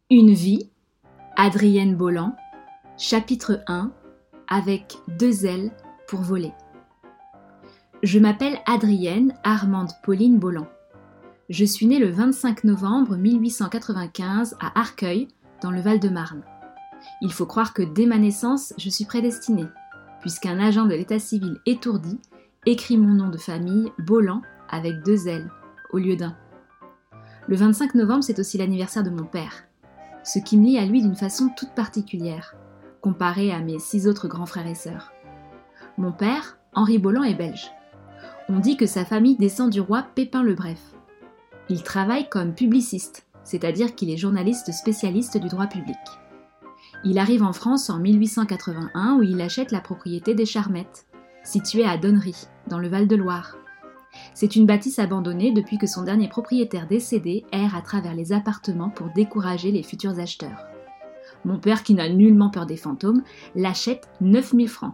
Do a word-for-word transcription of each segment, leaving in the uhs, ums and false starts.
Une vie, Adrienne Bolland, chapitre un, avec deux ailes pour voler. Je m'appelle Adrienne Armande Pauline Bolland. Je suis née le vingt-cinq novembre mille huit cent quatre-vingt-quinze à Arcueil, dans le Val-de-Marne. Il faut croire que dès ma naissance, je suis prédestinée, puisqu'un agent de l'état civil étourdi écrit mon nom de famille Bolland avec deux ailes, au lieu d'un. Le vingt-cinq novembre, c'est aussi l'anniversaire de mon père, ce qui me lie à lui d'une façon toute particulière, comparé à mes six autres grands frères et sœurs. Mon père, Henri Bolland, est belge. On dit que sa famille descend du roi Pépin le Bref. Il travaille comme publiciste, c'est-à-dire qu'il est journaliste spécialiste du droit public. Il arrive en France en mille huit cent quatre-vingt-un où il achète la propriété des Charmettes, située à Donnery, dans le Val-de-Loire. C'est une bâtisse abandonnée depuis que son dernier propriétaire décédé erre à travers les appartements pour décourager les futurs acheteurs. Mon père, qui n'a nullement peur des fantômes, l'achète neuf mille francs.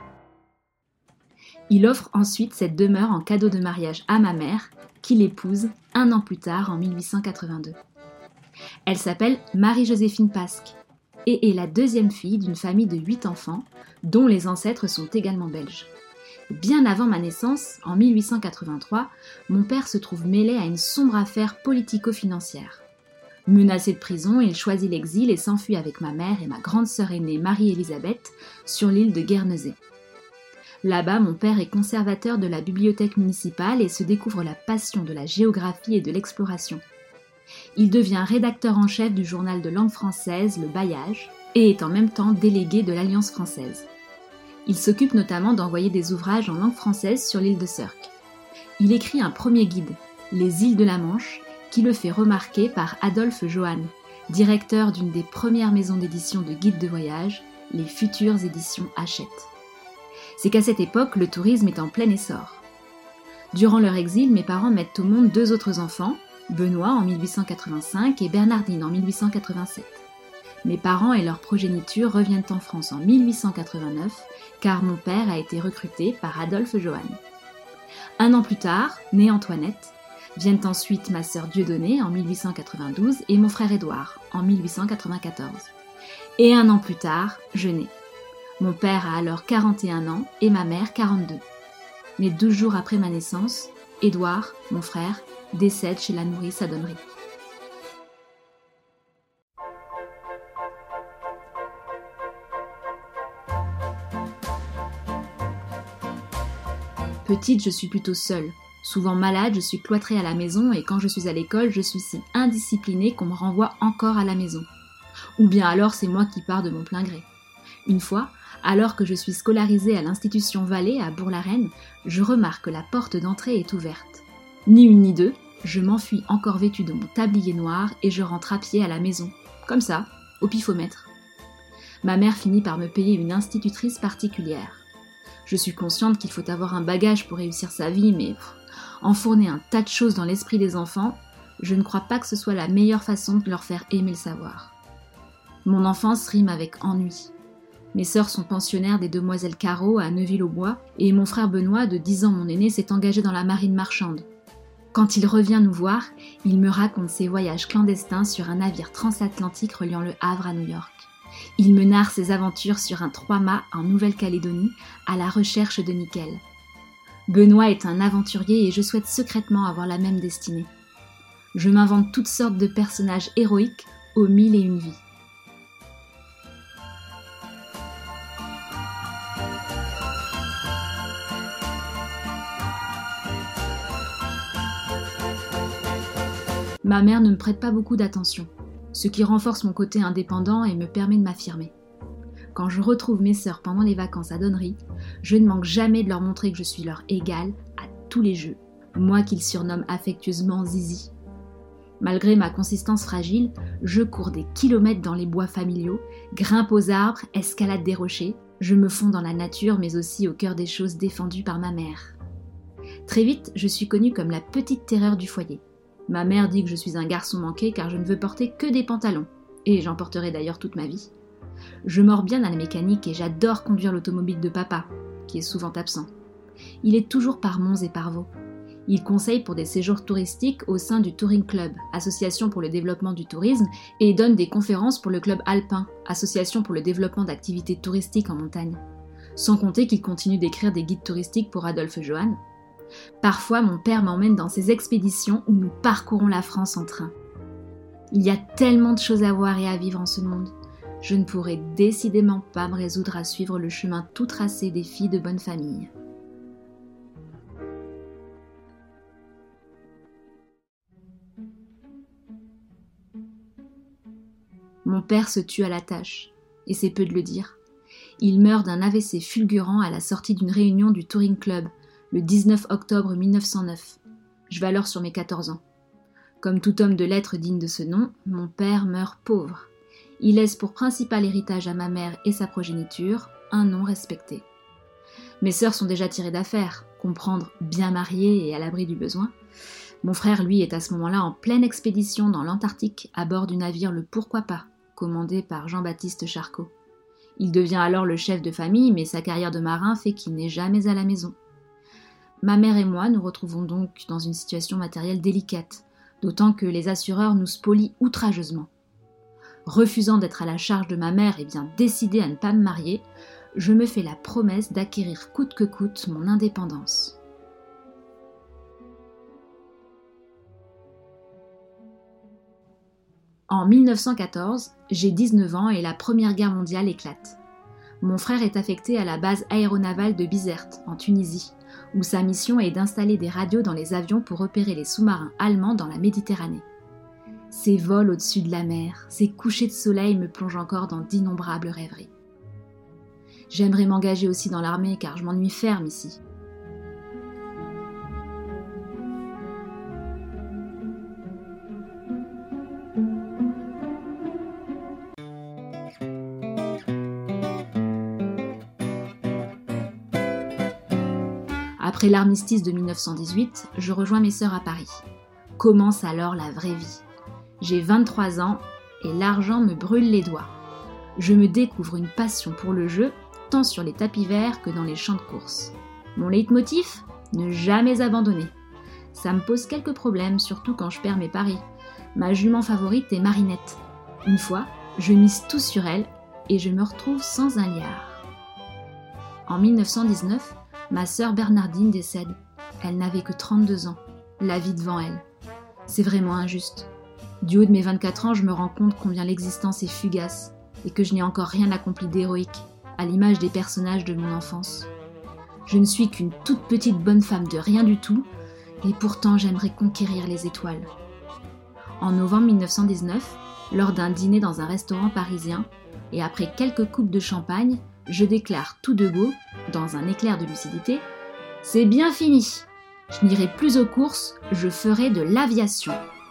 Il offre ensuite cette demeure en cadeau de mariage à ma mère, qui l'épouse un an plus tard en mille huit cent quatre-vingt-deux. Elle s'appelle Marie-Joséphine Pasque et est la deuxième fille d'une famille de huit enfants, dont les ancêtres sont également belges. Bien avant ma naissance, en mille huit cent quatre-vingt-trois, mon père se trouve mêlé à une sombre affaire politico-financière. Menacé de prison, il choisit l'exil et s'enfuit avec ma mère et ma grande sœur aînée Marie-Élisabeth sur l'île de Guernesey. Là-bas, mon père est conservateur de la bibliothèque municipale et se découvre la passion de la géographie et de l'exploration. Il devient rédacteur en chef du journal de langue française, le Bailliage, et est en même temps délégué de l'Alliance française. Il s'occupe notamment d'envoyer des ouvrages en langue française sur l'île de Surck. Il écrit un premier guide, Les îles de la Manche, qui le fait remarquer par Adolphe Johan, directeur d'une des premières maisons d'édition de guides de voyage, les futures éditions Hachette. C'est qu'à cette époque, le tourisme est en plein essor. Durant leur exil, mes parents mettent au monde deux autres enfants, Benoît en mille huit cent quatre-vingt-cinq et Bernardine en mille huit cent quatre-vingt-sept. Mes parents et leur progéniture reviennent en France en mille huit cent quatre-vingt-neuf, car mon père a été recruté par Adolphe Johan. Un an plus tard, née Antoinette, viennent ensuite ma sœur Dieudonnée en mille huit cent quatre-vingt-douze et mon frère Édouard en mille huit cent quatre-vingt-quatorze. Et un an plus tard, je nais. Mon père a alors quarante et un ans et ma mère quarante-deux. Mais douze jours après ma naissance, Édouard, mon frère, décède chez la nourrice à Donnery. Petite, je suis plutôt seule. Souvent malade, je suis cloîtrée à la maison et quand je suis à l'école, je suis si indisciplinée qu'on me renvoie encore à la maison. Ou bien alors c'est moi qui pars de mon plein gré. Une fois, alors que je suis scolarisée à l'institution Vallée à Bourg-la-Reine, je remarque que la porte d'entrée est ouverte. Ni une ni deux, je m'enfuis encore vêtue de mon tablier noir et je rentre à pied à la maison. Comme ça, au pifomètre. Ma mère finit par me payer une institutrice particulière. Je suis consciente qu'il faut avoir un bagage pour réussir sa vie, mais pff, enfourner un tas de choses dans l'esprit des enfants, je ne crois pas que ce soit la meilleure façon de leur faire aimer le savoir. Mon enfance rime avec ennui. Mes sœurs sont pensionnaires des Demoiselles Carreau à Neuville-aux-Bois et mon frère Benoît, de dix ans mon aîné, s'est engagé dans la marine marchande. Quand il revient nous voir, il me raconte ses voyages clandestins sur un navire transatlantique reliant le Havre à New York. Il me narre ses aventures sur un trois-mâts en Nouvelle-Calédonie à la recherche de nickel. Benoît est un aventurier et je souhaite secrètement avoir la même destinée. Je m'invente toutes sortes de personnages héroïques aux mille et une vies. Ma mère ne me prête pas beaucoup d'attention, ce qui renforce mon côté indépendant et me permet de m'affirmer. Quand je retrouve mes sœurs pendant les vacances à Donnery, je ne manque jamais de leur montrer que je suis leur égale à tous les jeux, moi qu'ils surnomment affectueusement Zizi. Malgré ma consistance fragile, je cours des kilomètres dans les bois familiaux, grimpe aux arbres, escalade des rochers, je me fonds dans la nature mais aussi au cœur des choses défendues par ma mère. Très vite, je suis connue comme la petite terreur du foyer. Ma mère dit que je suis un garçon manqué car je ne veux porter que des pantalons, et j'en porterai d'ailleurs toute ma vie. Je mords bien à la mécanique et j'adore conduire l'automobile de papa, qui est souvent absent. Il est toujours par Mons et par Vaux. Il conseille pour des séjours touristiques au sein du Touring Club, association pour le développement du tourisme, et donne des conférences pour le Club Alpin, association pour le développement d'activités touristiques en montagne. Sans compter qu'il continue d'écrire des guides touristiques pour Adolphe Johann. Parfois, mon père m'emmène dans ses expéditions où nous parcourons la France en train. Il y a tellement de choses à voir et à vivre en ce monde. Je ne pourrais décidément pas me résoudre à suivre le chemin tout tracé des filles de bonne famille. Mon père se tue à la tâche, et c'est peu de le dire. Il meurt d'un A V C fulgurant à la sortie d'une réunion du Touring Club, le dix-neuf octobre mille neuf cent neuf. Je vais alors sur mes quatorze ans. Comme tout homme de lettres digne de ce nom, mon père meurt pauvre. Il laisse pour principal héritage à ma mère et sa progéniture un nom respecté. Mes sœurs sont déjà tirées d'affaire, comprendre bien mariées et à l'abri du besoin. Mon frère, lui, est à ce moment-là en pleine expédition dans l'Antarctique à bord du navire Le Pourquoi Pas, commandé par Jean-Baptiste Charcot. Il devient alors le chef de famille, mais sa carrière de marin fait qu'il n'est jamais à la maison. Ma mère et moi nous retrouvons donc dans une situation matérielle délicate, d'autant que les assureurs nous spolient outrageusement. Refusant d'être à la charge de ma mère et bien décidée à ne pas me marier, je me fais la promesse d'acquérir coûte que coûte mon indépendance. En mille neuf cent quatorze, j'ai dix-neuf ans et la Première Guerre mondiale éclate. Mon frère est affecté à la base aéronavale de Bizerte, en Tunisie, où sa mission est d'installer des radios dans les avions pour repérer les sous-marins allemands dans la Méditerranée. Ces vols au-dessus de la mer, ces couchers de soleil me plongent encore dans d'innombrables rêveries. J'aimerais m'engager aussi dans l'armée car je m'ennuie ferme ici. Après l'armistice de mille neuf cent dix-huit, je rejoins mes sœurs à Paris. Commence alors la vraie vie. J'ai vingt-trois ans et l'argent me brûle les doigts. Je me découvre une passion pour le jeu, tant sur les tapis verts que dans les champs de course. Mon leitmotiv ? Ne jamais abandonner. Ça me pose quelques problèmes, surtout quand je perds mes paris. Ma jument favorite est Marinette. Une fois, je mise tout sur elle et je me retrouve sans un liard. En mille neuf cent dix-neuf, ma sœur Bernardine décède. Elle n'avait que trente-deux ans, la vie devant elle. C'est vraiment injuste. Du haut de mes vingt-quatre ans, je me rends compte combien l'existence est fugace et que je n'ai encore rien accompli d'héroïque, à l'image des personnages de mon enfance. Je ne suis qu'une toute petite bonne femme de rien du tout, et pourtant j'aimerais conquérir les étoiles. En novembre mille neuf cent dix-neuf, lors d'un dîner dans un restaurant parisien, et après quelques coupes de champagne, je déclare tout de go, dans un éclair de lucidité, « C'est bien fini. Je n'irai plus aux courses, je ferai de l'aviation. »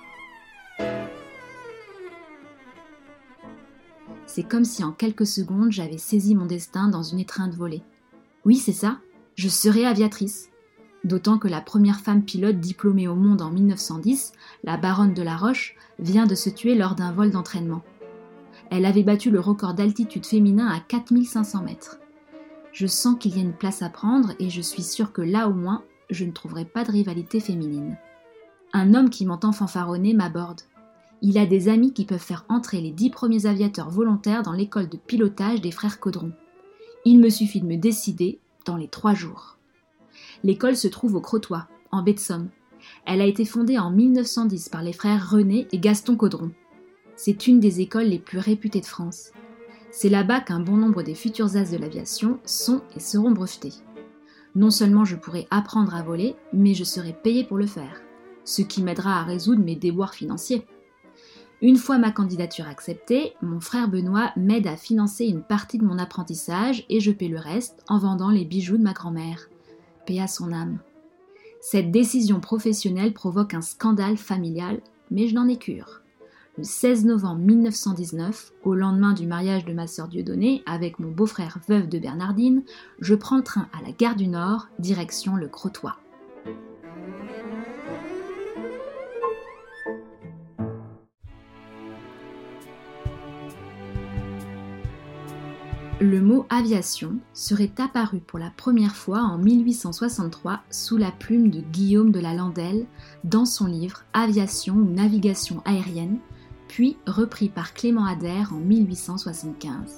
C'est comme si en quelques secondes j'avais saisi mon destin dans une étreinte volée. Oui, c'est ça, je serai aviatrice. D'autant que la première femme pilote diplômée au monde en mille neuf cent dix, la baronne de la Roche, vient de se tuer lors d'un vol d'entraînement. Elle avait battu le record d'altitude féminin à quatre mille cinq cents mètres. Je sens qu'il y a une place à prendre et je suis sûre que là au moins, je ne trouverai pas de rivalité féminine. Un homme qui m'entend fanfaronner m'aborde. Il a des amis qui peuvent faire entrer les dix premiers aviateurs volontaires dans l'école de pilotage des frères Caudron. Il me suffit de me décider dans les trois jours. L'école se trouve au Crotoy, en baie de Somme. Elle a été fondée en mille neuf cent dix par les frères René et Gaston Caudron. C'est une des écoles les plus réputées de France. C'est là-bas qu'un bon nombre des futurs as de l'aviation sont et seront brevetés. Non seulement je pourrai apprendre à voler, mais je serai payée pour le faire, ce qui m'aidera à résoudre mes déboires financiers. Une fois ma candidature acceptée, mon frère Benoît m'aide à financer une partie de mon apprentissage et je paie le reste en vendant les bijoux de ma grand-mère. Paix à son âme. Cette décision professionnelle provoque un scandale familial, mais je n'en ai cure. Le seize novembre mille neuf cent dix-neuf, au lendemain du mariage de ma sœur Dieudonnée avec mon beau-frère veuve de Bernardine, je prends le train à la gare du Nord, direction le Crotoy. Le mot aviation serait apparu pour la première fois en mille huit cent soixante-trois sous la plume de Guillaume de la Landelle dans son livre Aviation ou navigation aérienne, puis repris par Clément Ader en mille huit cent soixante-quinze.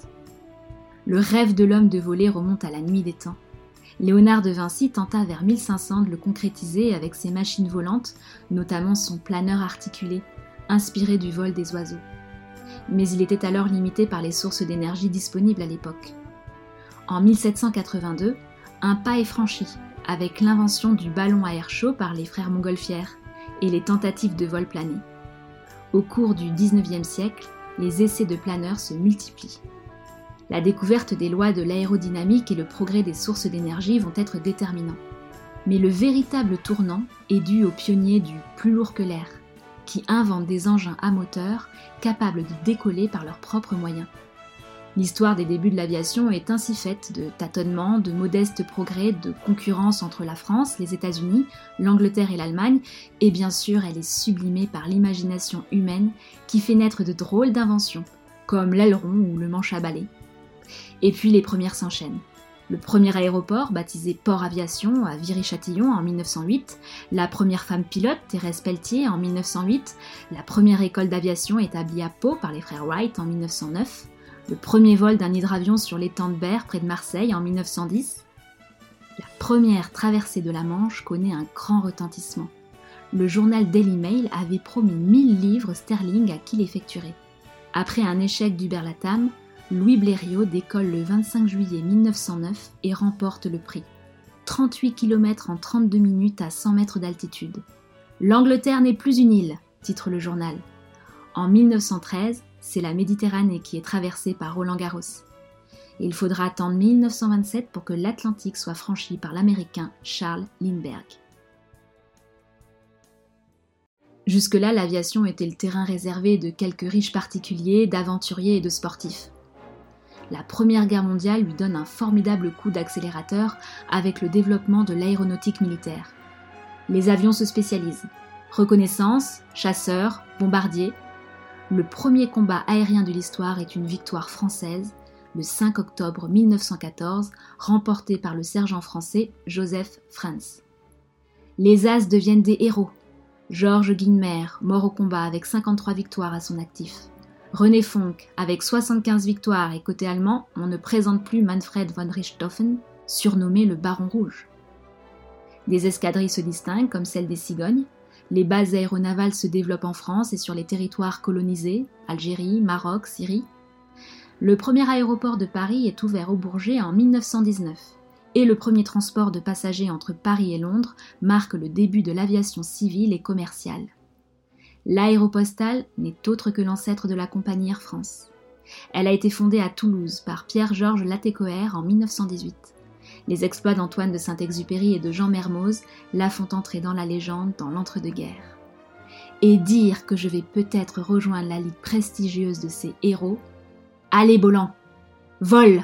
Le rêve de l'homme de voler remonte à la nuit des temps. Léonard de Vinci tenta vers mille cinq cents de le concrétiser avec ses machines volantes, notamment son planeur articulé, inspiré du vol des oiseaux. Mais il était alors limité par les sources d'énergie disponibles à l'époque. En mille sept cent quatre-vingt-deux, un pas est franchi avec l'invention du ballon à air chaud par les frères Montgolfière et les tentatives de vol plané. Au cours du dix-neuvième siècle, les essais de planeurs se multiplient. La découverte des lois de l'aérodynamique et le progrès des sources d'énergie vont être déterminants. Mais le véritable tournant est dû aux pionniers du plus lourd que l'air, qui inventent des engins à moteur capables de décoller par leurs propres moyens. L'histoire des débuts de l'aviation est ainsi faite de tâtonnements, de modestes progrès, de concurrence entre la France, les États-Unis, l'Angleterre et l'Allemagne, et bien sûr elle est sublimée par l'imagination humaine qui fait naître de drôles d'inventions, comme l'aileron ou le manche à balai. Et puis les premières s'enchaînent. Le premier aéroport, baptisé Port Aviation à Viry-Châtillon en mille neuf cent huit, la première femme pilote, Thérèse Pelletier, en mille neuf cent huit, la première école d'aviation établie à Pau par les frères Wright en mille neuf cent neuf, le premier vol d'un hydravion sur l'étang de Berre près de Marseille en mille neuf cent dix. La première traversée de la Manche connaît un grand retentissement. Le journal Daily Mail avait promis mille livres sterling à qui l'effectuerait. Après un échec d'Hubert Latham, Louis Blériot décolle le vingt-cinq juillet mille neuf cent neuf et remporte le prix. trente-huit kilomètres en trente-deux minutes à cent mètres d'altitude. « L'Angleterre n'est plus une île », titre le journal. En mille neuf cent treize, c'est la Méditerranée qui est traversée par Roland-Garros. Il faudra attendre mille neuf cent vingt-sept pour que l'Atlantique soit franchi par l'Américain Charles Lindbergh. Jusque-là, l'aviation était le terrain réservé de quelques riches particuliers, d'aventuriers et de sportifs. La Première Guerre mondiale lui donne un formidable coup d'accélérateur avec le développement de l'aéronautique militaire. Les avions se spécialisent. Reconnaissance, chasseurs, bombardiers. Le premier combat aérien de l'histoire est une victoire française, le cinq octobre mille neuf cent quatorze, remportée par le sergent français Joseph Frantz. Les As deviennent des héros. Georges Guynemer, mort au combat avec cinquante-trois victoires à son actif. René Fonck, avec soixante-quinze victoires et côté allemand, on ne présente plus Manfred von Richthofen, surnommé le Baron Rouge. Des escadrilles se distinguent, comme celle des Cigognes. Les bases aéronavales se développent en France et sur les territoires colonisés, Algérie, Maroc, Syrie. Le premier aéroport de Paris est ouvert au Bourget en mille neuf cent dix-neuf, et le premier transport de passagers entre Paris et Londres marque le début de l'aviation civile et commerciale. L'Aéropostale n'est autre que l'ancêtre de la compagnie Air France. Elle a été fondée à Toulouse par Pierre-Georges Latécoère en mille neuf cent dix-huit. Les exploits d'Antoine de Saint-Exupéry et de Jean Mermoz la font entrer dans la légende dans l'entre-deux-guerres. Et dire que je vais peut-être rejoindre la ligue prestigieuse de ces héros, allez Bolan, vole!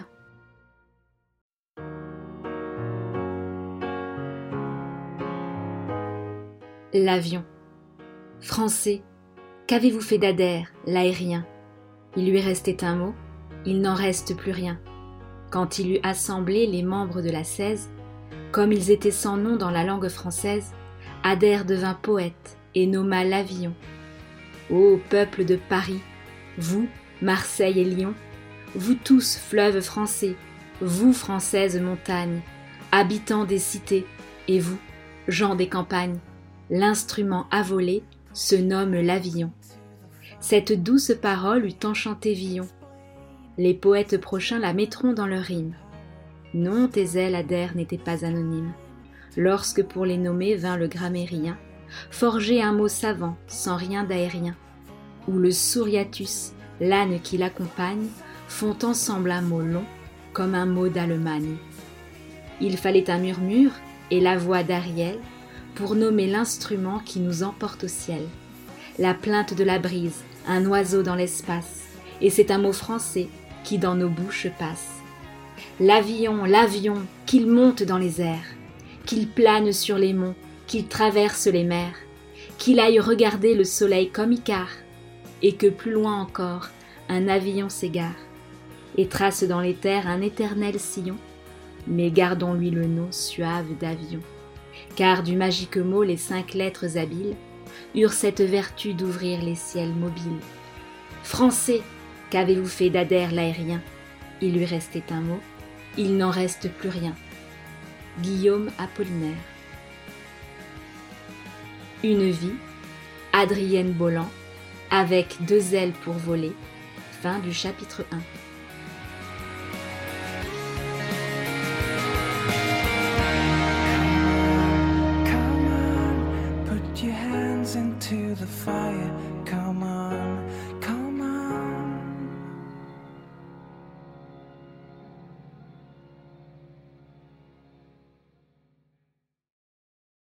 L'avion. Français, qu'avez-vous fait d'Ader, l'aérien ? Il lui restait un mot, il n'en reste plus rien. Quand il eut assemblé les membres de la seize, comme ils étaient sans nom dans la langue française, Ader devint poète et nomma l'avion. Ô peuple de Paris, vous, Marseille et Lyon, vous tous, fleuves français, vous, françaises montagnes, habitants des cités, et vous, gens des campagnes, l'instrument à voler se nomme l'avion. Cette douce parole eût enchanté Villon. Les poètes prochains la mettront dans leurs rimes. Non, tes ailes, Ader, n'étaient pas anonymes. Lorsque pour les nommer vint le grammairien, forger un mot savant, sans rien d'aérien, où le souriatus, l'âne qui l'accompagne, font ensemble un mot long, comme un mot d'Allemagne. Il fallait un murmure et la voix d'Ariel, pour nommer l'instrument qui nous emporte au ciel. La plainte de la brise, un oiseau dans l'espace, et c'est un mot français qui dans nos bouches passe. L'avion, l'avion, qu'il monte dans les airs, qu'il plane sur les monts, qu'il traverse les mers, qu'il aille regarder le soleil comme Icare, et que plus loin encore, un avion s'égare. et trace dans les terres un éternel sillon, mais gardons-lui le nom suave d'avion, car du magique mot les cinq lettres habiles eurent cette vertu d'ouvrir les ciels mobiles. Français, qu'avez-vous fait d'Adair l'aérien? Il lui restait un mot, il n'en reste plus rien. Guillaume Apollinaire. Une vie, Adrienne Bolland, avec deux ailes pour voler. Fin du chapitre un. Come on, put your hands into the fire. Come on.